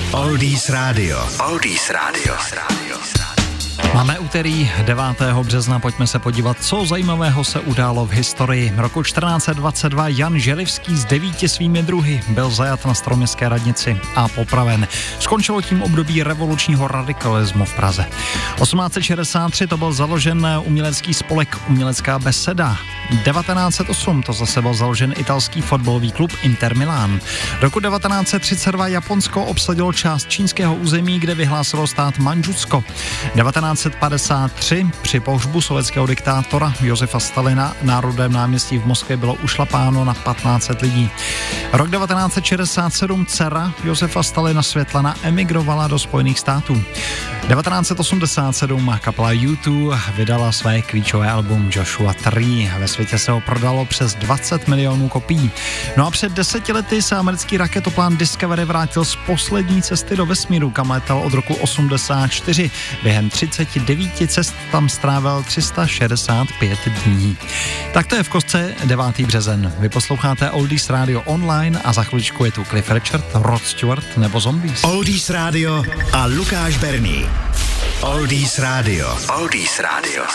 Oldies Radio. Oldies Radio. Máme úterý 9. března, pojďme se podívat, co zajímavého se událo v historii. Roku 1422 Jan Želivský s 9 svými druhy byl zajat na Staroměstské radnici a popraven. Skončilo tím období revolučního radikalismu v Praze. 1863 to byl založen umělecký spolek Umělecká beseda. 1908 to zase byl založen italský fotbalový klub Inter Milan. Roku 1932 Japonsko obsadilo část čínského území, kde vyhlásilo stát Mandžusko. 1953 při pohřbu sovětského diktátora Josefa Stalina na Rudém náměstí v Moskvě bylo ušlapáno na 1500 lidí. Rok 1967 dcera Josefa Stalina Světlana emigrovala do Spojených států. 1987 kapela U2 vydala své klíčové album Joshua Tree. Ve světě se ho prodalo přes 20 milionů kopií. No a před 10 lety se americký raketoplán Discovery vrátil z poslední cesty do vesmíru, kam letel od roku 84. Během 39 cest tam strávil 365 dní. Tak to je v kostce 9. březen. Vy posloucháte Oldies Radio online a za chviličku je tu Cliff Richard, Rod Stewart nebo Zombies. Oldies Radio a Lukáš Berný. Oldies Radio. Oldies Radio.